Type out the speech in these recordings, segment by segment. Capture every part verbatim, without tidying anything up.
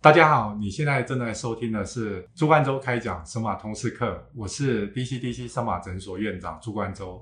大家好，你现在正在收听的是朱冠洲开讲神马通识课，我是 D C D C 神马诊所院长朱冠洲。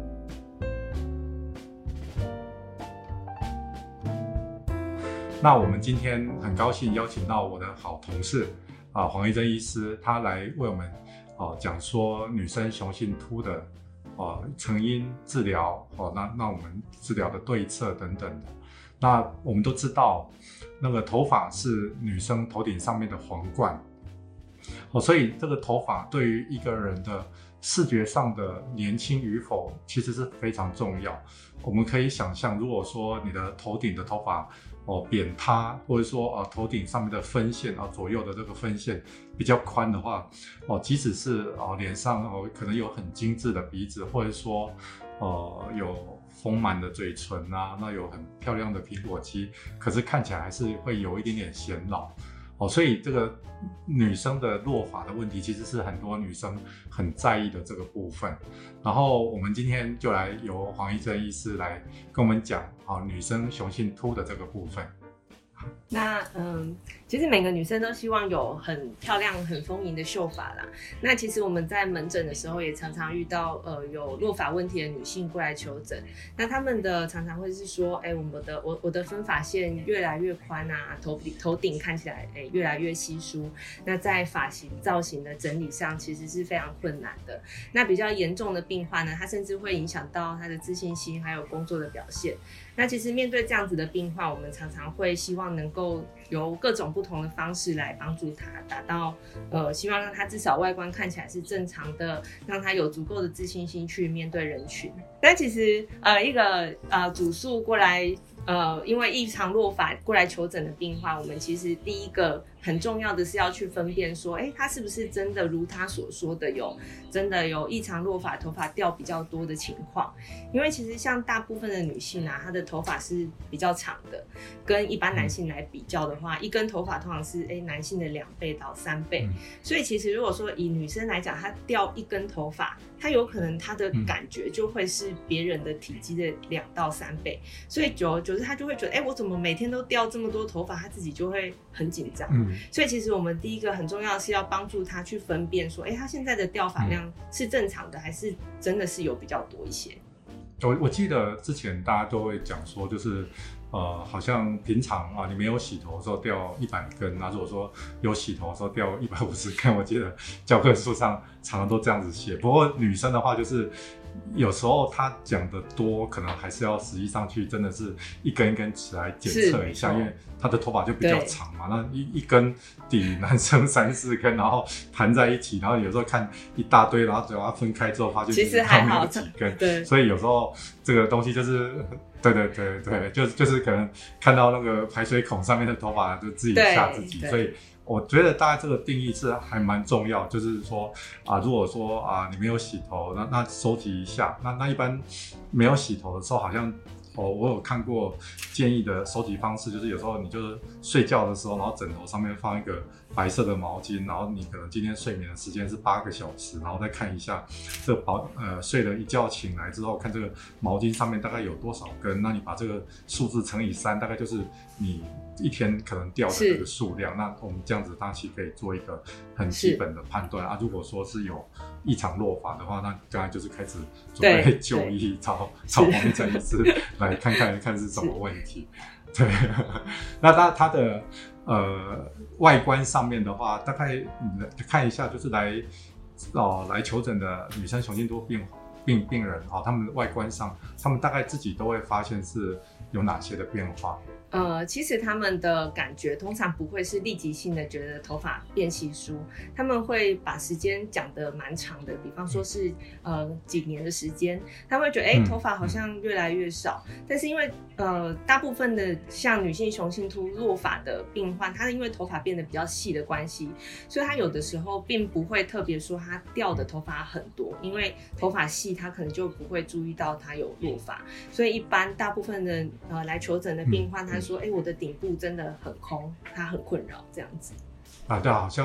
那我们今天很高兴邀请到我的好同事啊黄一珍医师，他来为我们啊讲说女生雄性秃的啊成因治疗哦、啊，那那我们治疗的对策等等的。那我们都知道，那个头发是女生头顶上面的皇冠，哦，所以这个头发对于一个人的视觉上的年轻与否，其实是非常重要。我们可以想象，如果说你的头顶的头发哦扁塌，或者说啊头顶上面的分线啊左右的这个分线比较宽的话，哦，即使是哦脸上哦可能有很精致的鼻子，或者说呃有丰满的嘴唇啊，那有很漂亮的苹果肌，可是看起来还是会有一点点显老哦，所以这个女生的落发的问题，其实是很多女生很在意的这个部分。然后我们今天就来由黄一珍医师来跟我们讲啊，女生雄性秃的这个部分。 那嗯，其实每个女生都希望有很漂亮、很丰盈的秀发啦。那其实我们在门诊的时候也常常遇到呃有落发问题的女性过来求诊。那她们的常常会是说，哎、欸，我们的我我的分发线越来越宽啊，头头顶看起来哎、欸、越来越稀疏。那在发型造型的整理上，其实是非常困难的。那比较严重的病患呢，它甚至会影响到她的自信心还有工作的表现。那其实面对这样子的病患，我们常常会希望能够由各种不同的方式来帮助他，达到呃，希望让他至少外观看起来是正常的，让他有足够的自信心去面对人群。但其实呃，一个呃主诉过来呃，因为异常落发过来求诊的病患，我们其实第一个很重要的是要去分辨说，哎，他是不是真的如他所说的有真的有异常落发、头发掉比较多的情况。因为其实像大部分的女性啊，她的头发是比较长的，跟一般男性来比较的话，一根头发通常是哎男性的两倍到三倍。所以其实如果说以女生来讲，她掉一根头发，她有可能她的感觉就会是别人的体积的两到三倍。所以久而久之，她就会觉得，哎，我怎么每天都掉这么多头发？她自己就会很紧张。嗯所以其实我们第一个很重要的是要帮助他去分辨说，哎，他现在的掉发量是正常的，还是真的是有比较多一些。 我我记得之前大家都会讲说，就是呃，好像平常啊，你没有洗头的时候掉一百根，那如果说有洗头的时候掉一百五十根，我记得教科书上常常都这样子写。不过女生的话，就是有时候她讲的多，可能还是要实际上去真的是一根一根起来检测一下，因为她的头发就比较长嘛，那一一根抵男生三四根，然后盘在一起，然后有时候看一大堆，然后只要它分开之后，发现其实还好几根， 对， 所以有时候这个东西就是。对对对对，就就是可能看到那个排水孔上面的头发，就自己吓自己。所以我觉得大概这个定义是还蛮重要，就是说啊，如果说啊你没有洗头，那那收集一下。那那一般没有洗头的时候，好像哦，我有看过建议的收集方式，就是有时候你就是睡觉的时候，然后枕头上面放一个白色的毛巾，然后你可能今天睡眠的时间是八个小时，然后再看一下这个保呃睡了一觉醒来之后，看这个毛巾上面大概有多少根，那你把这个数字乘以三，大概就是你一天可能掉的这个数量。那我们这样子当然可以做一个很基本的判断啊。如果说是有异常落发的话，那刚才就是开始准备就医，找找黄医生医师来看看看是什么问题。对，那他他的呃外观上面的话，大概看一下，就是来哦来求诊的女生雄性秃病病病人哦，他们的外观上，他们大概自己都会发现是有哪些的变化。 呃，其实他们的感觉通常不会是立即性的觉得头发变稀疏，他们会把时间讲得蛮长的，比方说是呃几年的时间，他们会觉得哎、欸、头发好像越来越少，嗯、但是因为呃大部分的像女性雄性秃落发的病患，他因为头发变得比较细的关系，所以他有的时候并不会特别说他掉的头发很多，因为头发细他可能就不会注意到他有落发，所以一般大部分的呃来求诊的病患，他说哎、欸、我的顶部真的很空，他很困扰这样子。 啊，对，好像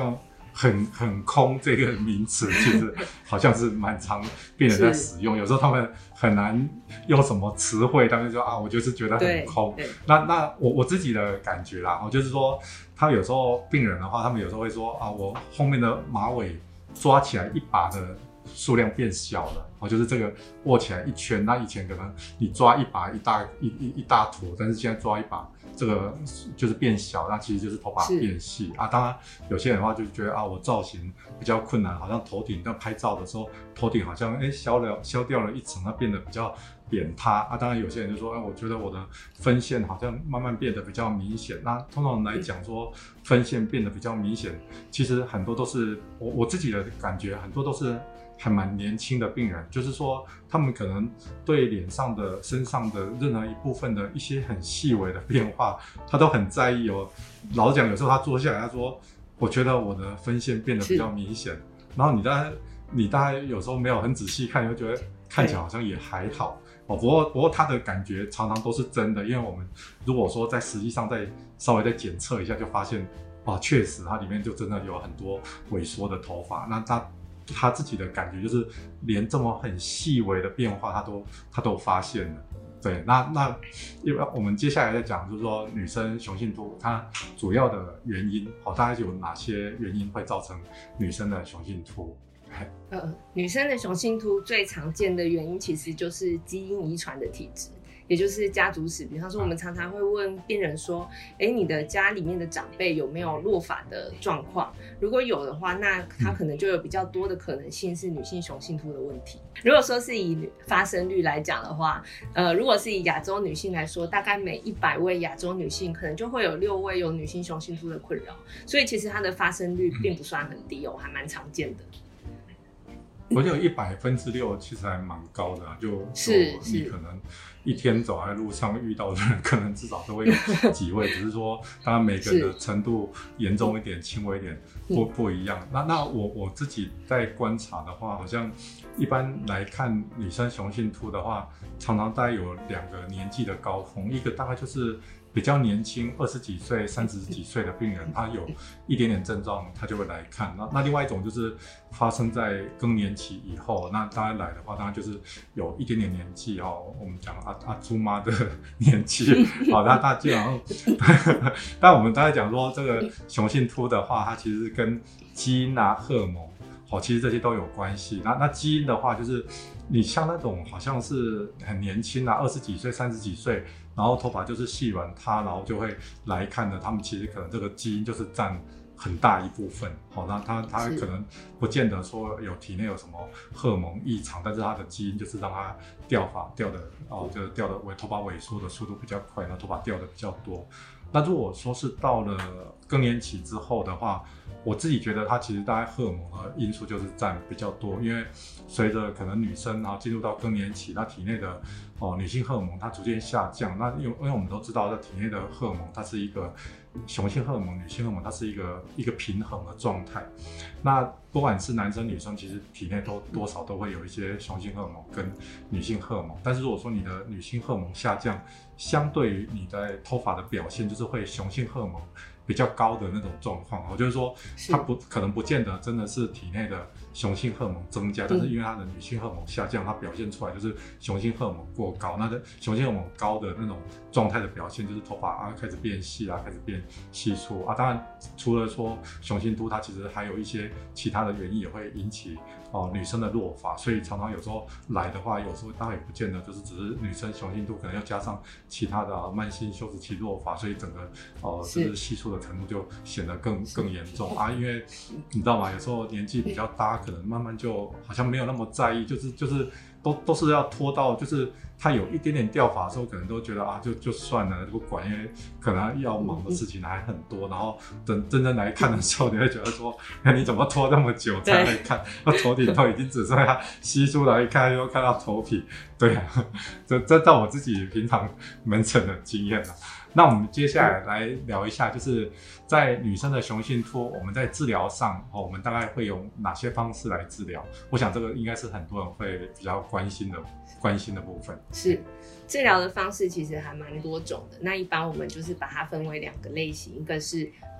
很很空这个名词，其实好像是蛮常病人在使用，有时候他们很难用什么词汇，他们就说啊，我就是觉得很空。那那我我自己的感觉啦，就是说，他有时候病人的话，他们有时候会说啊，我后面的马尾抓起来一把的数量变小了，哦，就是这个握起来一圈，那以前可能你抓一把一大一一一大坨，但是现在抓一把。这个就是变小，那其实就是头发变细啊。当然，有些人的话就觉得啊，我造型比较困难，好像头顶在拍照的时候，头顶好像哎消了消掉了一层，它变得比较扁塌啊。当然，有些人就说，哎，我觉得我的分线好像慢慢变得比较明显。那通常来讲说，分线变得比较明显，其实很多都是我我自己的感觉，很多都是。还蛮年轻的病人，就是说他们可能对脸上的、身上的任何一部分的一些很细微的变化，他都很在意哦。老实讲，有时候他坐下来，他说：“我觉得我的分线变得比较明显。”然后你大概你大概有时候没有很仔细看，你会觉得看起来好像也还好哦。不过不过他的感觉常常都是真的，因为我们如果说在实际上再稍微再检测一下，就发现啊，确实它里面就真的有很多萎缩的头发。那他。他自己的感觉就是连这么很细微的变化他都他都发现了。对，那那因为我们接下来再讲，就是说女生雄性秃它主要的原因，好，大概有哪些原因会造成女生的雄性秃？ 呃，女生的雄性秃最常见的原因其实就是基因遗传的体质。也就是家族史，比方说我们常常会问病人说，哎，你的家里面的长辈有没有落发的状况？如果有的话，那他可能就有比较多的可能性是女性雄性秃的问题。如果说是以发生率来讲的话，呃，如果是以亚洲女性来说，大概每一百位亚洲女性可能就会有六位有女性雄性秃的困扰，所以其实它的发生率并不算很低哦，还蛮常见的。 我觉得一百分之六其实还蛮高的、啊，就是你可能一天走在路上遇到的人，可能至少都会有几位，只是说当然每个人的程度严重一点、轻微一点不不一样。那那我我自己在观察的话，好像一般来看女生雄性秃的话，常常大概有两个年纪的高峰，一个大概就是比较年轻，二十几岁、三十几岁的病人，他有一点点症状，他就会来看。那那另外一种就是发生在更年期以后，那当然来的话，当然就是有一点点年纪哦，我们讲阿阿猪妈的年纪，好，那他基本上，但我们大概讲说这个雄性秃的话，它其实跟基因啊、荷尔蒙，好，其实这些都有关系。那那基因的话，就是你像那种好像是很年轻啊，二十几岁、三十几岁。然后头发就是细软塌，然后就会来看的，他们其实可能这个基因就是占很大一部分。好，那他他可能不见得说有体内有什么荷尔蒙异常，但是他的基因就是让他掉发掉的哦，就是掉的尾头发萎缩的速度比较快，那头发掉的比较多。那如果说是到了更年期之后的话，我自己觉得它其实大概荷尔蒙的因素就是占比较多，因为随着可能女生啊进入到更年期，那体内的哦女性荷尔蒙它逐渐下降，那因为因为我们都知道，在体内的荷尔蒙它是一个雄性荷尔蒙、女性荷尔蒙，它是一个一个平衡的状态。那不管是男生女生，其实体内都多少都会有一些雄性荷尔蒙跟女性荷尔蒙，但是如果说你的女性荷尔蒙下降，相对于你的头发的表现，就是会雄性荷尔蒙比较高的那种状况，我就是说，它不可能不见得真的是体内的雄性荷尔蒙增加，但是因为它的女性荷尔蒙下降，它表现出来就是雄性荷尔蒙过高。那的雄性荷尔蒙高的那种状态的表现，就是头发啊开始变细啊，开始变稀疏啊。当然，除了说雄性秃，它其实还有一些其他的原因也会引起哦女生的落发，所以常常有时候来的话，有时候当然也不见得就是只是女生雄性秃，可能要加上其他的、啊、慢性休止期落发，所以整个哦、呃、就是稀疏的程度就显得更更严重啊。因为你知道吗？有时候年纪比较大，可能慢慢就好像没有那么在意，就是就是都都是要拖到就是他有一点点掉发的时候，可能都觉得啊就就算了不管，因为可能要忙的事情还很多，然后等真正来看的时候，你会觉得说，那你怎么拖那么久才来看？那头顶都已经只剩下稀疏了，一看又看到头皮，对啊，这这在我自己平常门诊的经验了。那我们接下来来聊一下，就是在女生的雄性秃，我们在治疗上，哦，我们大概会用哪些方式来治疗？我想这个应该是很多人会比较关心的关心的部分。 是，治疗的方式其实还蛮多种的。那一般我们就是把它分为两个类型，一个是呃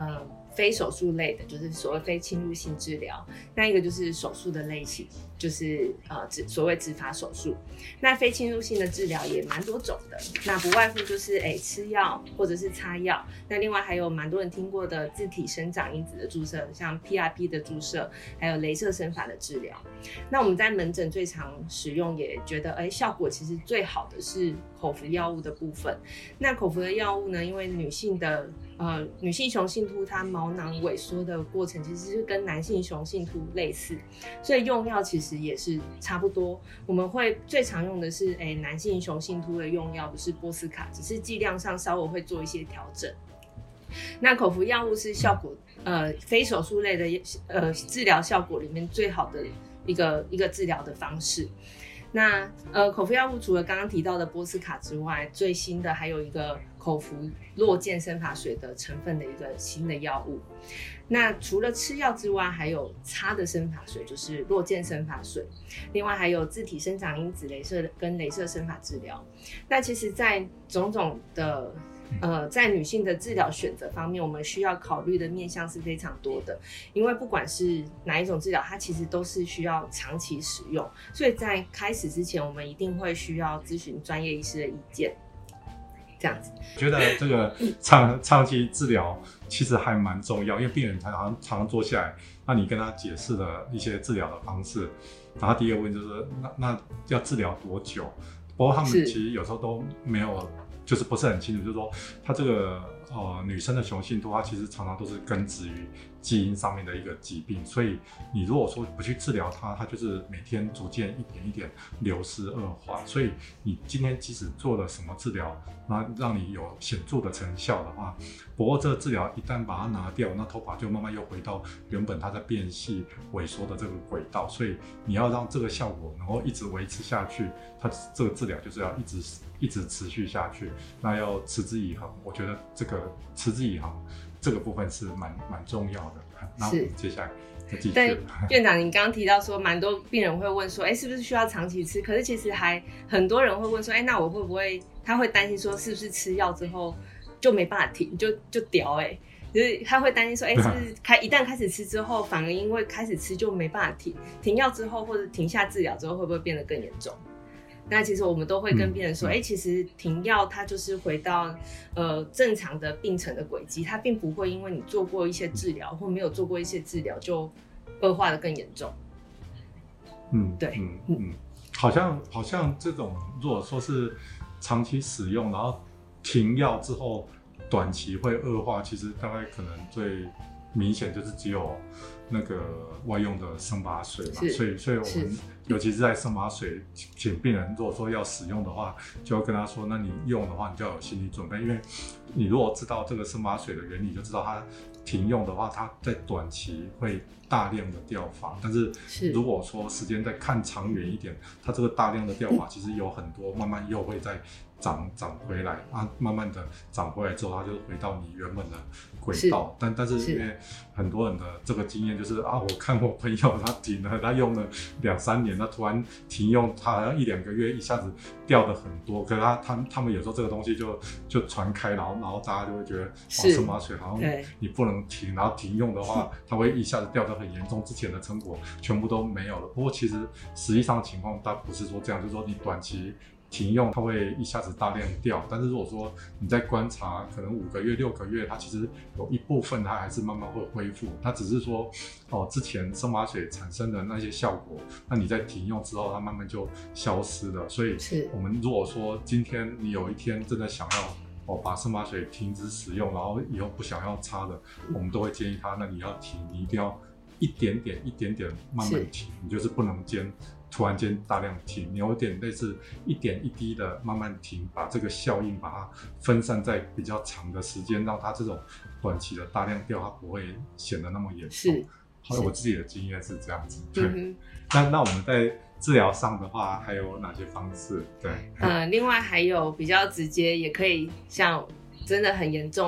非手术类的，就是所谓非侵入性治疗；那一个就是手术的类型，就是呃所谓植发手术。那非侵入性的治疗也蛮多种的，那不外乎就是哎吃药或者是擦药。那另外还有蛮多人听过的自体生长因子的注射，像 P R P 的注射，还有雷射生发的治疗。那我们在门诊最常使用，也觉得哎效果其实最好的是口服药物的部分。那口服的药物呢，因为女性的呃女性雄性秃它毛囊萎缩的过程其实是跟男性雄性秃类似，所以用药其实也是差不多。我们会最常用的是哎男性雄性秃的用药，就是波斯卡，只是剂量上稍微会做一些调整。那口服药物是效果呃非手术类的呃治疗效果里面最好的一个一个治疗的方式。那呃，口服药物除了刚刚提到的波斯卡之外，最新的还有一个口服落健生发水的成分的一个新的药物。那除了吃药之外，还有擦的生发水，就是落健生发水。另外还有自体生长因子雷射跟雷射生发治疗。那其实，在种种的呃，在女性的治疗选择方面，我们需要考虑的面向是非常多的，因为不管是哪一种治疗，它其实都是需要长期使用，所以在开始之前，我们一定会需要咨询专业医师的意见。这样子， 我觉得这个长长期治疗其实还蛮重要，因为病人常常常坐下来，那你跟他解释了一些治疗的方式，然后第一个问就是那那要治疗多久？不过他们其实有时候都没有。就是不是很清楚，就是说，它这个呃女生的雄性秃，它其实常常都是根植于基因上面的一个疾病，所以你如果说不去治疗它，它就是每天逐渐一点一点流失恶化。所以你今天即使做了什么治疗，那让你有显著的成效的话，不过这个治疗一旦把它拿掉，那头发就慢慢又回到原本它在变细萎缩的这个轨道。所以你要让这个效果能够一直维持下去，它这个治疗就是要一直一直持续下去。那要持之以恒，我觉得这个持之以恒这个部分是蛮蛮重要的。那我们接下来再继续。 对，院长，你刚刚提到说，蛮多病人会问说，哎，是不是需要长期吃？可是其实还很多人会问说，哎，那我会不会？他会担心说，是不是吃药之后就没办法停，就就掉哎、欸？就是他会担心说，哎，是不是开一旦开始吃之后，反而因为开始吃就没办法停？停药之后或者停下治疗之后，会不会变得更严重？那其实我们都会跟病人说，哎、嗯欸，其实停药它就是回到呃正常的病程的轨迹，它并不会因为你做过一些治疗或没有做过一些治疗就恶化的更严重。 嗯， 对， 嗯嗯，好像好像这种如果说是长期使用，然后停药之后短期会恶化，其实大概可能最明显就是只有那个外用的生发水嘛，所以所以我们尤其是在生发水，请病人如果说要使用的话，就要跟他说，那你用的话，你就要有心理准备，因为你如果知道这个生发水的原理，就知道它停用的话，它在短期会大量的掉发，但是如果说时间再看长远一点，它这个大量的掉发其实有很多慢慢又会再长长回来啊，慢慢的长回来之后，它就回到你原本的轨道。但但是因为很多人的这个经验就是啊，我看我朋友他停了，他用了两三年，他突然停用，他好像一两个月一下子掉的很多。可是他他他们有时候这个东西就就传开，然后然后大家就会觉得，哇，生发水好像你不能停，然后停用的话，它会一下子掉得很严重，之前的成果全部都没有了。不过其实实际上的情况，它不是说这样，就是说你短期停用它会一下子大量掉，但是如果说你在观察可能五个月六个月，它其实有一部分它还是慢慢会恢复，它只是说哦之前生发水产生的那些效果，那你在停用之后它慢慢就消失了。所以我们如果说今天你有一天真的想要哦把生发水停止使用，然后以后不想要擦的，我们都会建议他，那你要停，你一定要一点点一点点慢慢停，你就是不能间突然间大量停，你有点类似一点一滴的慢慢停，把这个效应把它分散在比较长的时间，让它这种短期的大量掉它不会显得那么严重。是，好，我自己的经验是这样子。对，嗯、那那我们在治疗上的话还有哪些方式？对， 呃，另外还有比较直接，也可以像真的很严重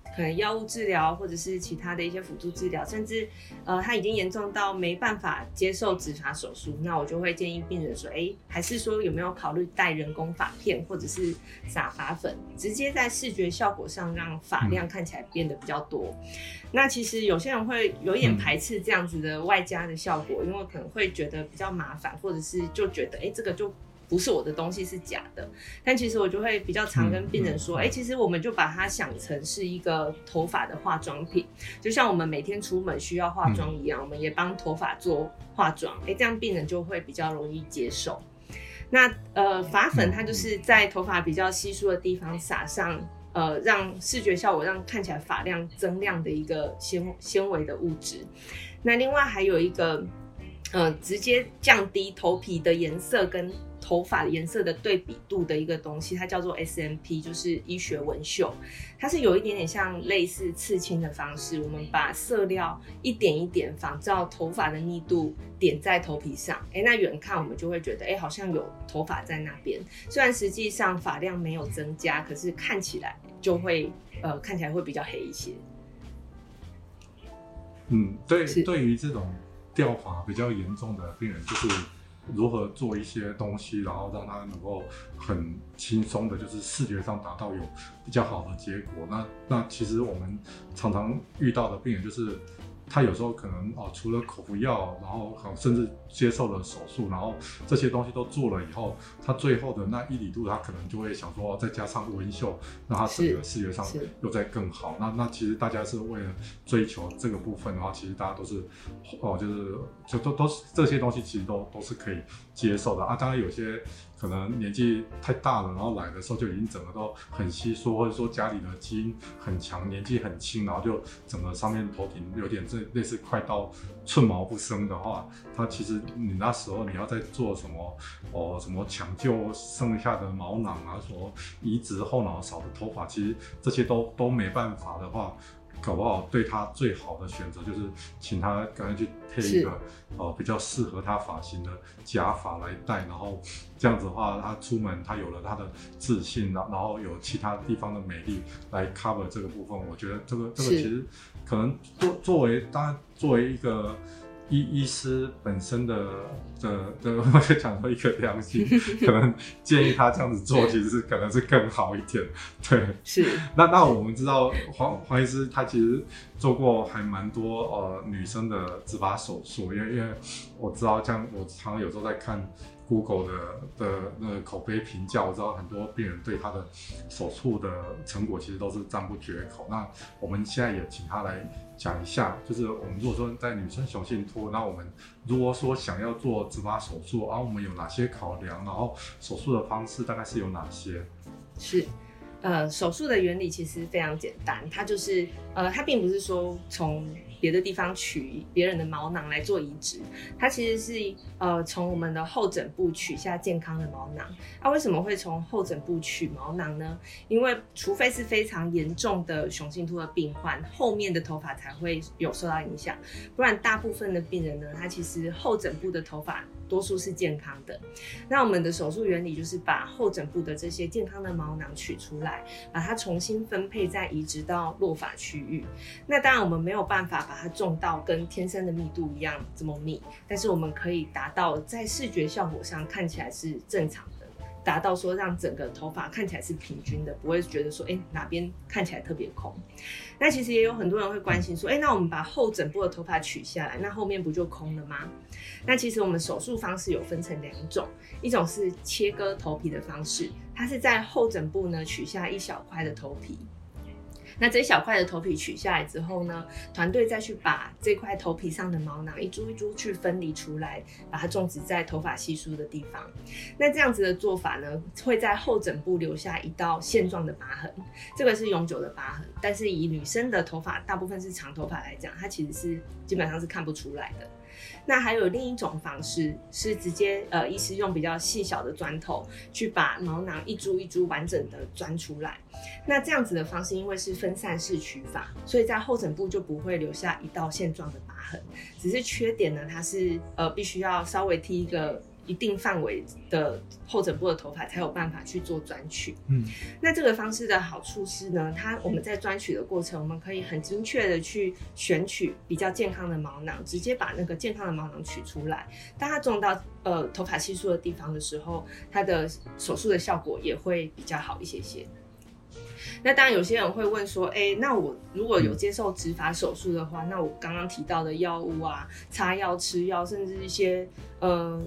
可能药物治疗或者是其他的一些辅助治疗，甚至呃他已经严重到没办法接受植发手术，那我就会建议病人说，哎，还是说有没有考虑戴人工发片或者是撒发粉，直接在视觉效果上让发量看起来变得比较多。那其实有些人会有一点排斥这样子的外加的效果，因为可能会觉得比较麻烦，或者是就觉得哎这个就不是我的东西，是假的。但其实我就会比较常跟病人说，哎、嗯嗯，其实我们就把它想成是一个头发的化妆品，就像我们每天出门需要化妆一样，嗯、我们也帮头发做化妆，哎，这样病人就会比较容易接受。那呃，发粉它就是在头发比较稀疏的地方撒上。呃，让视觉效果让看起来发量增亮的一个纤纤维的物质。那另外还有一个，呃，直接降低头皮的颜色跟头发颜色的对比度的一个东西，它叫做 S M P， 就是医学纹绣。它是有一点点像类似刺青的方式，我们把色料一点一点仿照头发的密度点在头皮上，哎，那远看我们就会觉得，哎，好像有头发在那边。虽然实际上发量没有增加，可是看起来就会，呃，看起来会比较黑一些。 嗯，对，对于这种掉发比较严重的病人，就是如何做一些东西，然后让他能够很轻松的，就是视觉上达到有比较好的结果。那那其实我们常常遇到的病人就是。他有时候可能哦，除了口服药，然后甚至接受了手术，然后这些东西都做了以后，他最后的那一里度，他可能就会想说，再加上纹绣，让他整个视觉上又再更好。那那其实大家是为了追求这个部分的话，其实大家都是哦，就是就都都是这些东西，其实都都是可以接受的啊。当然有些可能年纪太大了，然后来的时候就已经整个都很稀疏，或者说家里的基因很强，年纪很轻，然后就整个上面头顶有点这类似快到寸毛不生的话，它其实你那时候你要在做什么哦，什么抢救剩下的毛囊啊，什么移植后脑勺的头发，其实这些都都没办法的话。搞不好对他最好的选择就是请他赶快去配一个呃比较适合他发型的假发来戴，然后这样子的话，他出门他有了他的自信，然后有其他地方的美丽来 cover 这个部分。我觉得这个这个其实可能作作为当然作为一个。医医师本身的的的，我就讲到一个良心，可能建议他这样子做，其实是可能是更好一点。对， 是。 那那我们知道黄黄医师他其实做过还蛮多呃女生的植发手术，因为因为我知道，像我常常有时候在看 Google 的的那个口碑评价，我知道很多病人对他的手术的成果其实都是赞不绝口。那我们现在也请他来讲一下，就是我们如果说在女生雄性秃，那我们如果说想要做植发手术，啊，我们有哪些考量？然后手术的方式大概是有哪些？ 是。呃，手术的原理其实非常简单，它就是呃，它并不是说从别的地方取别人的毛囊来做移植，它其实是呃从我们的后枕部取下健康的毛囊。啊，为什么会从后枕部取毛囊呢？因为除非是非常严重的雄性秃的病患，后面的头发才会有受到影响，不然大部分的病人呢，他其实后枕部的头发多数是健康的。那我们的手术原理就是把后枕部的这些健康的毛囊取出来，把它重新分配再移植到落发区域。那当然我们没有办法把它种到跟天生的密度一样这么密，但是我们可以达到在视觉效果上看起来是正常的，达到说让整个头发看起来是平均的，不会觉得说哎哪边看起来特别空。那其实也有很多人会关心说，哎，那我们把后枕部的头发取下来，那后面不就空了吗？那其实我们手术方式有分成两种，一种是切割头皮的方式，它是在后枕部呢取下一小块的头皮。那这一小块的头皮取下来之后呢，团队再去把这块头皮上的毛囊一株一株去分离出来，把它种植在头发稀疏的地方。那这样子的做法呢，会在后枕部留下一道线状的疤痕，这个是永久的疤痕。但是以女生的头发大部分是长头发来讲，它其实是基本上是看不出来的。那还有另一种方式是直接呃，医师用比较细小的钻头去把毛囊一株一株完整的钻出来。那这样子的方式，因为是分散式取发，所以在后枕部就不会留下一道线状的疤痕。只是缺点呢，它是呃必须要稍微剃一个一定范围的后枕部的头发才有办法去做专取。 嗯， 那这个方式的好处是呢，它我们在专取的过程，我们可以很精确的去选取比较健康的毛囊，直接把那个健康的毛囊取出来。当它种到呃头发稀疏的地方的时候，它的手术的效果也会比较好一些些。那当然有些人会问说，哎、欸，那我如果有接受植发手术的话，那我刚刚提到的药物啊、擦药、吃药，甚至一些呃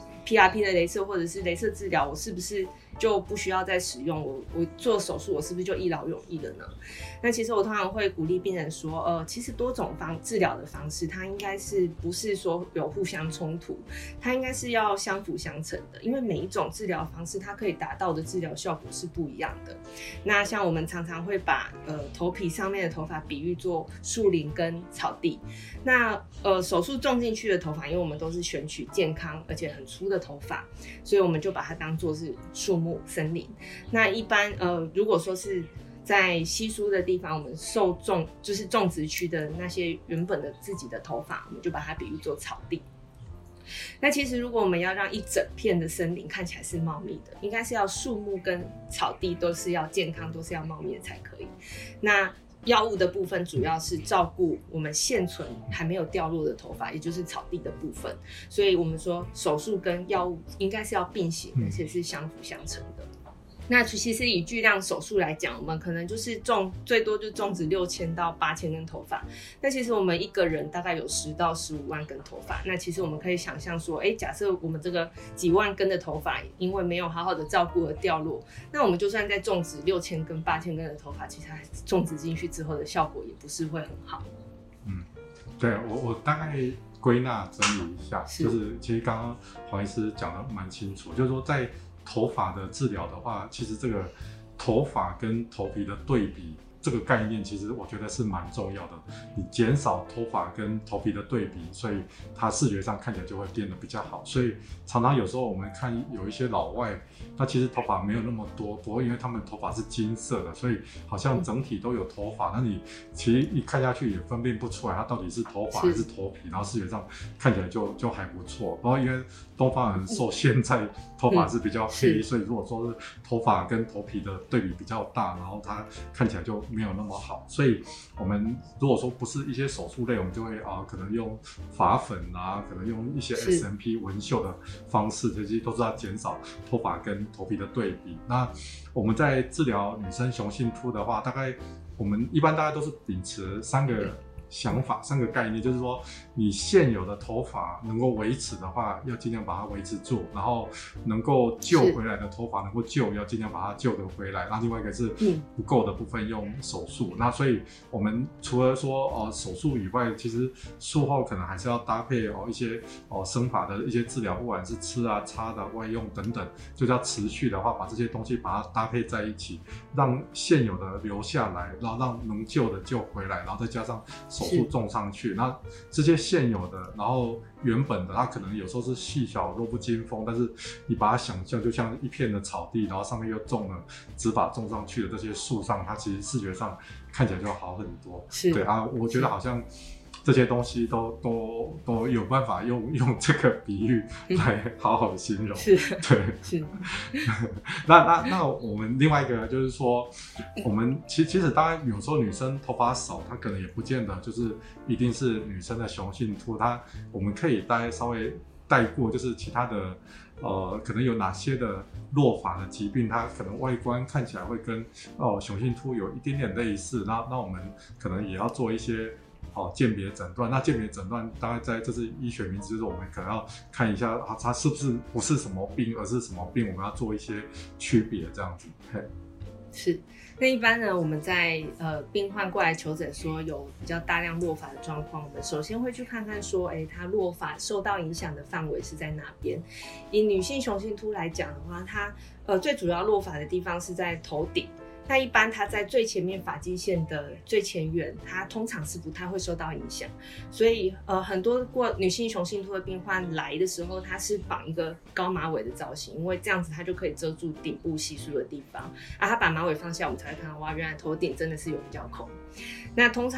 P R P 的雷射或者是雷射治疗，我是不是就不需要再使用？我我做手术，我是不是就一劳永逸了呢？那其实我通常会鼓励病人说，呃，其实多种方治疗的方式，它应该是不是说有互相冲突，它应该是要相辅相成的，因为每一种治疗方式，它可以达到的治疗效果是不一样的。那像我们常常会把呃头皮上面的头发比喻作树林跟草地，那呃手术种进去的头发，因为我们都是选取健康而且很粗的头发，所以我们就把它当作是树木森林。那一般呃如果说是在稀疏的地方，我们受种就是种植区的那些原本的自己的头发，我们就把它比喻作草地。那其实如果我们要让一整片的森林看起来是茂密的，应该是要树木跟草地都是要健康，都是要茂密的才可以。那药物的部分主要是照顾我们现存还没有掉落的头发，也就是草地的部分。所以我们说手术跟药物应该是要并行，而且是相辅相成的。那其实以巨量手术来讲，我们可能就是种最多就种植六千到八千根头发。那其实我们一个人大概有十到十五万根头发。那其实我们可以想象说，哎，假设我们这个几万根的头发因为没有好好的照顾而掉落，那我们就算在种植六千根、八千根的头发，其实它种植进去之后的效果也不是会很好。 嗯，对我我大概归纳整理一下，是就是其实刚刚黄医师讲的蛮清楚，就是说在头发的治疗的话，其实这个头发跟头皮的对比这个概念，其实我觉得是蛮重要的。你减少头发跟头皮的对比，所以它视觉上看起来就会变得比较好。所以常常有时候我们看有一些老外，那其实头发没有那么多，不过因为他们头发是金色的，所以好像整体都有头发。那你其实一看下去也分辨不出来它到底是头发还是头皮，然后视觉上看起来就就还不错。不过因为东方人受限在头发是比较黑，嗯、所以如果说是头发跟头皮的对比比较大，然后它看起来就没有那么好。所以我们如果说不是一些手术类，我们就会啊、呃、可能用发粉啊，可能用一些 S M P 纹绣的方式，这些都是要减少头发跟头皮的对比。那我们在治疗女生雄性秃的话，大概我们一般大概都是秉持三个想法，三个概念，就是说你现有的头发能够维持的话，要尽量把它维持住，然后能够救回来的头发能够救，要尽量把它救得回来。那另外一个是不够的部分用手术。嗯、那所以我们除了说呃手术以外，其实术后可能还是要搭配哦一些哦生发的一些治疗，不管是吃啊、擦的、外用等等，就是要持续的话，把这些东西把它搭配在一起，让现有的留下来，然后让能救的救回来，然后再加上手术种上去。那这些现有的，然后原本的，它可能有时候是细小弱不禁风，但是你把它想象就像一片的草地，然后上面又种了植发种上去的这些树上，它其实视觉上看起来就好很多。是对啊，我觉得好像这些东西都都都有办法用用这个比喻来好好形容。是，对，是。那那那我们另外一个就是说，我们其其实当然有时候女生头发少，她可能也不见得就是一定是女生的雄性秃，她我们可以大概稍微带过，就是其他的呃可能有哪些的落发的疾病，它可能外观看起来会跟哦雄性秃有一点点类似，那那我们可能也要做一些。哦，鉴别诊断，那鉴别诊断大概在这是医学名词，就是我们可能要看一下啊，它是不是不是什么病，而是什么病，我们要做一些区别，这样子。嘿， 是。那一般呢，我们在呃病患过来求诊说有比较大量落发的状况，我们首先会去看看说，哎，它落发受到影响的范围是在哪边。以女性雄性秃来讲的话，它呃最主要落发的地方是在头顶。那一般它在最前面发际线的最前缘，它通常是不太会受到影响，所以呃很多过女性雄性秃的病患来的时候，它是绑一个高马尾的造型，因为这样子它就可以遮住顶部稀疏的地方啊。它把马尾放下，我们才会看到哇，原来头顶真的是有比较空。那通常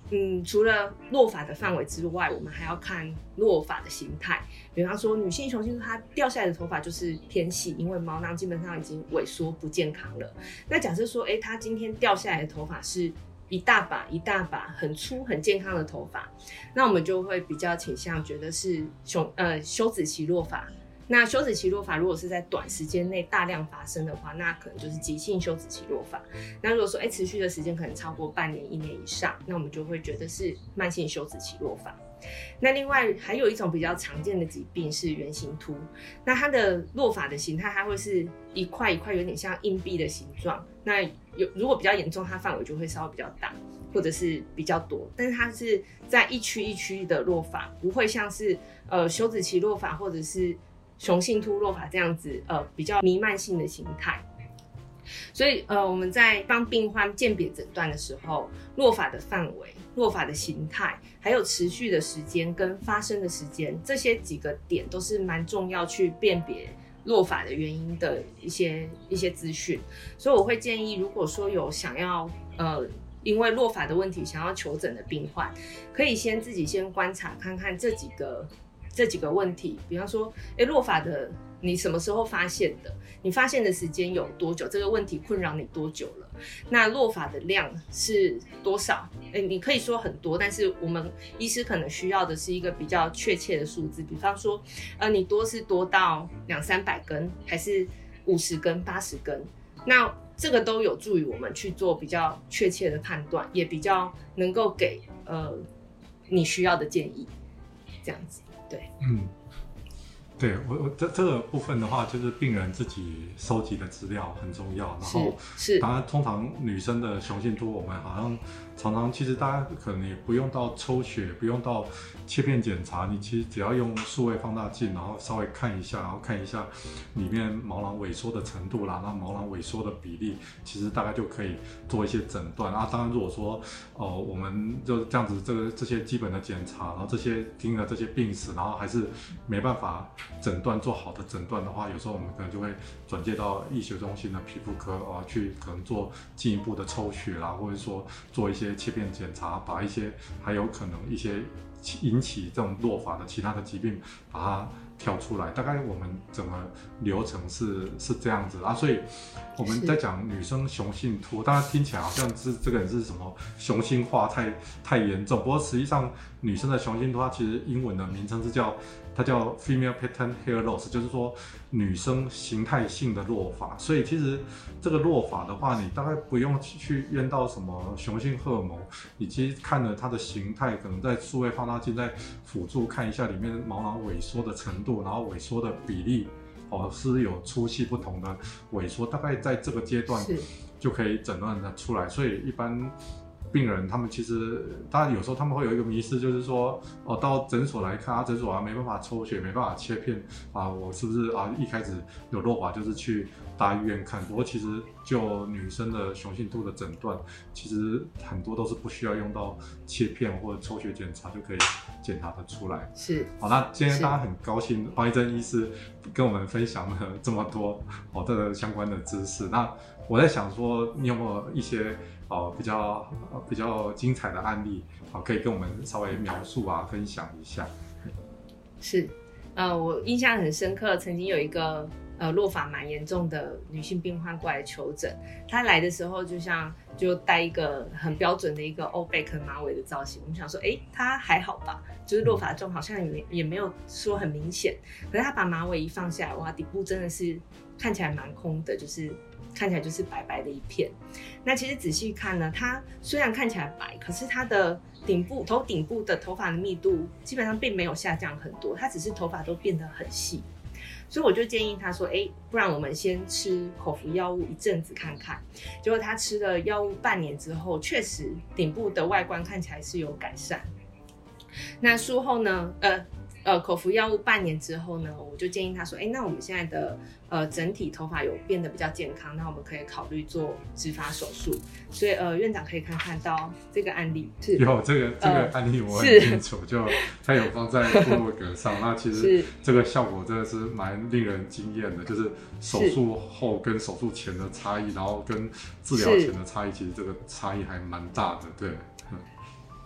嗯，除了落发的范围之外，我们还要看落发的形态。比方说，女性雄性它掉下来的头发就是偏细，因为毛囊基本上已经萎缩不健康了。那假设说，哎，它今天掉下来的头发是一大把一大把很粗很健康的头发，那我们就会比较倾向觉得是雄呃休止期落发。那休止期落发如果是在短时间内大量发生的话，那可能就是急性休止期落发。那如果说哎持续的时间可能超过半年、一年以上，那我们就会觉得是慢性休止期落发。那另外还有一种比较常见的疾病是圆形秃，那它的落发的形态，它会是一块一块有点像硬币的形状。那有如果比较严重，它范围就会稍微比较大，或者是比较多，但是它是在一区一区的落发，不会像是呃休止期落发或者是雄性秃落发这样子，呃，比较弥漫性的形态。所以，呃，我们在帮病患鉴别诊断的时候，落发的范围、落发的形态，还有持续的时间跟发生的时间，这些几个点都是蛮重要去辨别落发的原因的一些一些资讯。所以，我会建议，如果说有想要呃。因为落发的问题想要求诊的病患，可以先自己先观察看看这几个这几个问题，比方说，哎，落发的你什么时候发现的？你发现的时间有多久？这个问题困扰你多久了？那落发的量是多少？哎，你可以说很多，但是我们医师可能需要的是一个比较确切的数字，比方说，呃，你多是多到两三百根，还是五十根、八十根？那这个都有助于我们去做比较确切的判断，也比较能够给呃你需要的建议，这样子。对， 嗯，对我我这这个部分的话，就是病人自己收集的资料很重要。然后， 是当然通常女生的雄性秃，我们好像常常其实大家可能也不用到抽血，不用到切片检查，你其实只要用数位放大镜，然后稍微看一下，然后看一下里面毛囊萎缩的程度啦，那毛囊萎缩的比例，其实大概就可以做一些诊断啊。当然，如果说哦、呃，我们就这样子，这个这些基本的检查，然后这些听了这些病史，然后还是没办法诊断做好的诊断的话，有时候我们可能就会转介到医学中心的皮肤科啊、呃，去可能做进一步的抽血啦，或者说做一些切片检查，把一些还有可能一些引起这种落发的其他的疾病把它挑出来。大概我们整个流程是是这样子啊，所以我们在讲女生雄性秃，当然听起来好像是这个人是什么雄性化太太严重，不过实际上女生的雄性秃，它其实英文的名称是叫它叫 female pattern hair loss， 就是说女生形态性的落发。所以其实这个落发的话，你大概不用去验到什么雄性荷尔蒙，你其实看了它的形态，可能在数位放大镜在辅助看一下里面毛囊萎缩的程度，然后萎缩的比例，哦，是有粗细不同的萎缩，大概在这个阶段就可以诊断得出来。所以一般病人他们其实，当然有时候他们会有一个迷思，就是说，哦，到诊所来看，啊，诊所啊没办法抽血，没办法切片啊，我是不是啊一开始有落发就是去大医院看？不过其实就女生的雄性秃的诊断，其实很多都是不需要用到切片或者抽血检查就可以检查得出来。 是， 好，那今天大家很高兴黄一珍医师跟我们分享了这么多哦这个相关的知识。那我在想说，你有没有一些哦比较呃比较精彩的案例，好、哦、可以跟我们稍微描述啊分享一下？ 是，呃，我印象很深刻，曾经有一个呃落发蛮严重的女性病患过来求诊，她来的时候就像就戴一个很标准的一个欧贝肯马尾的造型，我们想说，哎，她还好吧？就是落发重好像也也没有说很明显，可是她把马尾一放下来，哇，底部真的是看起来蛮空的，就是看起来就是白白的一片。那其实仔细看呢，它虽然看起来白，可是它的顶部头顶部的头发的密度基本上并没有下降很多，它只是头发都变得很细。所以我就建议他说，哎，不然我们先吃口服药物一阵子看看。结果他吃了药物半年之后，确实顶部的外观看起来是有改善。那术后呢，呃呃，口服药物半年之后呢，我就建议他说，哎，那我们现在的呃整体头发有变得比较健康，那我们可以考虑做植发手术。所以呃，院长可以看看到这个案例，是有这个这个案例我很清楚，就他有放在部落格上。那其实这个效果真的是蛮令人惊艳的，就是手术后跟手术前的差异，然后跟治疗前的差异，其实这个差异还蛮大的，对。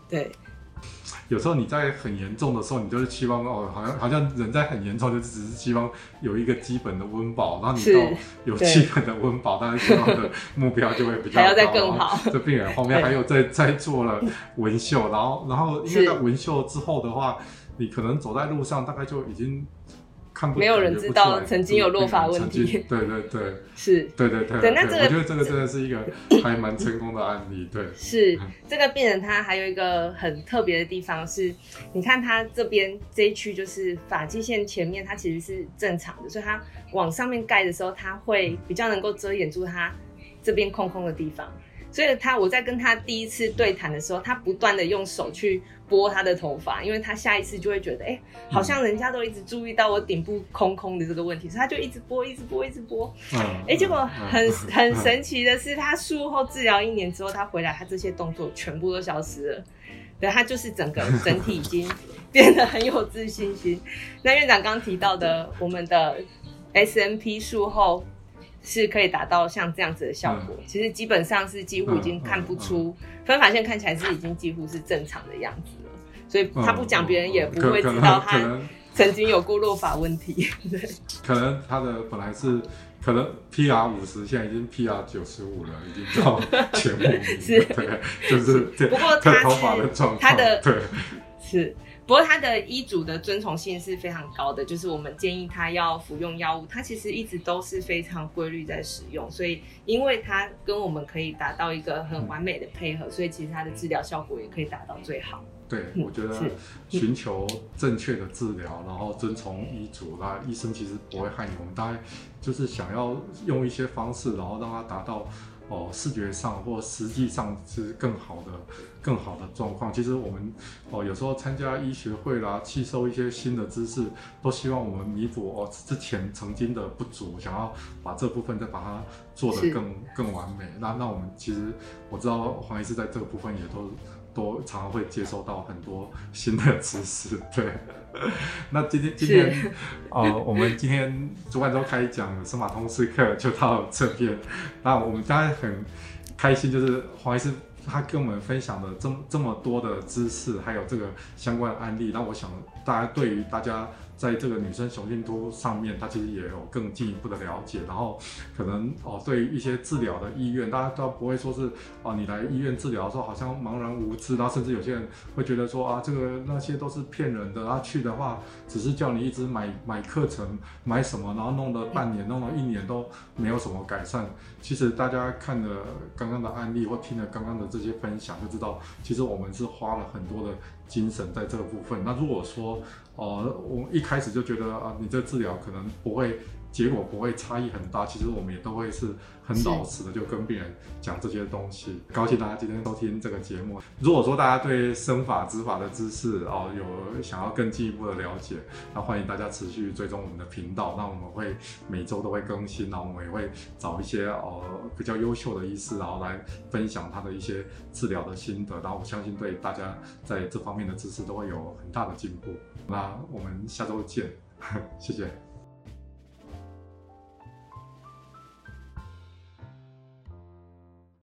对。 有时候你在很严重的时候，你就是期望哦，好像好像人在很严重，就只是希望有一个基本的温饱，然后你到有基本的温饱，当然希望的目标就会比较高， 还要再更好。 这病人后面还有再再做了纹绣，然后然后因为在纹绣之后的话，你可能走在路上大概就已经。看不没有人知道曾经有落发问题， 对对对， 是， 对对对， 对。那这个我觉得这个真的是一个还蛮成功的案例，对。 是这个病人他还有一个很特别的地方是，你看他这边这一区就是发际线前面，它其实是正常的，所以他往上面盖的时候，他会比较能够遮掩住他这边空空的地方。所以他我在跟他第一次对谈的时候，他不断的用手去拨他的头发，因为他下一次就会觉得，哎、欸，好像人家都一直注意到我顶部空空的这个问题，所以他就一直拨，一直拨，一直拨。哎、欸，结果很很神奇的是，他术后治疗一年之后，他回来，他这些动作全部都消失了。对，他就是整个整体已经变得很有自信心。那院长刚提到的，我们的 S M P 术后。是可以达到像这样子的效果，嗯、其实基本上是几乎已经看不出、嗯嗯嗯、分发线看起来是已经几乎是正常的样子了，所以他不讲，别人也不会知道他曾经有过落发问题。对， 可能他的本来是可能 P R 五十，现在已经 P R 九十五了，已经到前五名了。是，对，就是不过他头发的状况， 他的对是。不过他的医嘱的遵从性是非常高的，就是我们建议他要服用药物，他其实一直都是非常规律在使用，所以因为他跟我们可以达到一个很完美的配合，所以其实他的治疗效果也可以达到最好。 对，我觉得寻求正确的治疗，然后遵从医嘱，那医生其实不会害你，我们大概就是想要用一些方式，然后让他达到哦，视觉上或实际上是更好的、更好的状况。其实我们哦，有时候参加医学会啦，吸收一些新的知识，都希望我们弥补哦之前曾经的不足，想要把这部分再把它做得更更完美。那那我们其实我知道黄医师在这个部分也都。都常常会接收到很多新的知识，对。那今天今天呃，我们今天主管周开讲生发通识课就到这边。那我们当然很开心，就是黄医师他跟我们分享的这么这么多的知识，还有这个相关的案例。那我想大家对于大家在这个女生雄性秃上面，他其实也有更进一步的了解，然后可能哦，对于一些治疗的意愿，大家都不会说是哦，你来医院治疗的时候好像茫然无知，然后甚至有些人会觉得说啊，这个那些都是骗人的，然后去的话只是叫你一直买买课程，买什么，然后弄了半年，弄了一年都没有什么改善。其实大家看了刚刚的案例或听了刚刚的这些分享，就知道其实我们是花了很多的精神在这个部分。那如果说呃，我一开始就觉得啊，你这治疗可能不会，结果不会差异很大。其实我们也都会是很老实的，就跟病人讲这些东西。高兴大家今天收听这个节目。如果说大家对生发、植发的知识哦有想要更进一步的了解，那欢迎大家持续追踪我们的频道。那我们会每周都会更新，然后我们也会找一些呃比较优秀的医师，然后来分享他的一些治疗的心得。然后我相信对大家在这方面的知识都会有很大的进步。那我们下周见，谢谢。